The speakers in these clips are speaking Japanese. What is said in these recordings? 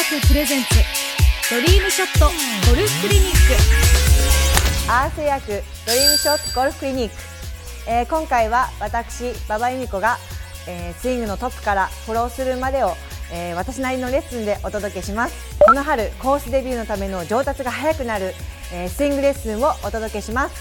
フプレゼンツドリームショットゴルフクリニック。 アース薬ドリームショットゴルフクリニック、今回は私馬場由美子が、スイングのトップからフォロースルーまでを、私なりのレッスンでお届けします。この春コースデビューのための上達が早くなる、スイングレッスンをお届けします。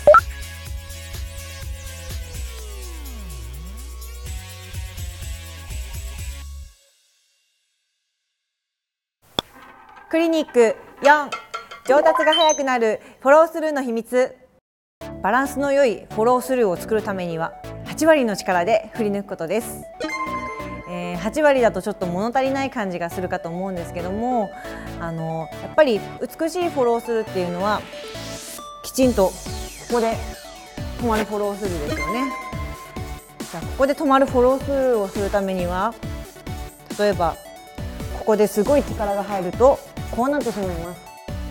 クリニック4、上達が早くなるフォロースルーの秘密。バランスの良いフォロースルーを作るためには8割の力で振り抜くことです。8割だとちょっと物足りない感じがするかと思うんですけども、やっぱり美しいフォロースルーっていうのはきちんとここで止まるフォロースルーですよね。じゃあここで止まるフォロースルーをするためには、例えばここですごい力が入るとこうなってしまいます。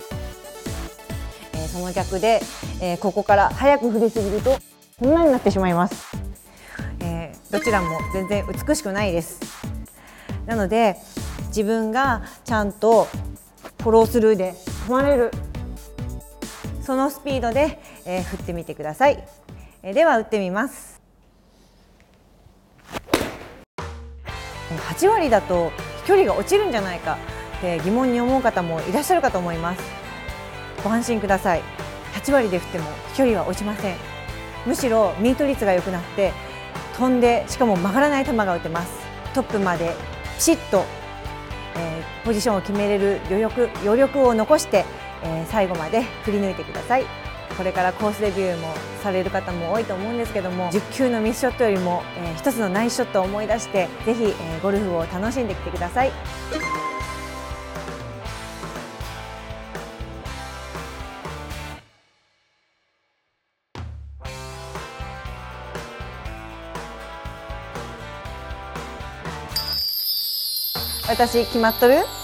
その逆で、ここから早く振りすぎるとこんなになってしまいます。どちらも全然美しくないです。なので自分がちゃんとフォロースルーで止まれる、そのスピードで、振ってみてください。では打ってみます。8割だと飛距離が落ちるんじゃないかって疑問に思う方もいらっしゃるかと思います。ご安心ください。8割で振っても飛距離は落ちません。むしろミート率が良くなって飛んで、しかも曲がらない球が打てます。トップまでピシッと、ポジションを決めれる余力を残して、最後まで振り抜いてください。これからコースデビューもされる方も多いと思うんですけども、10球のミスショットよりも、1つのナイスショットを思い出してぜひ、ゴルフを楽しんできてください。私決まっとる？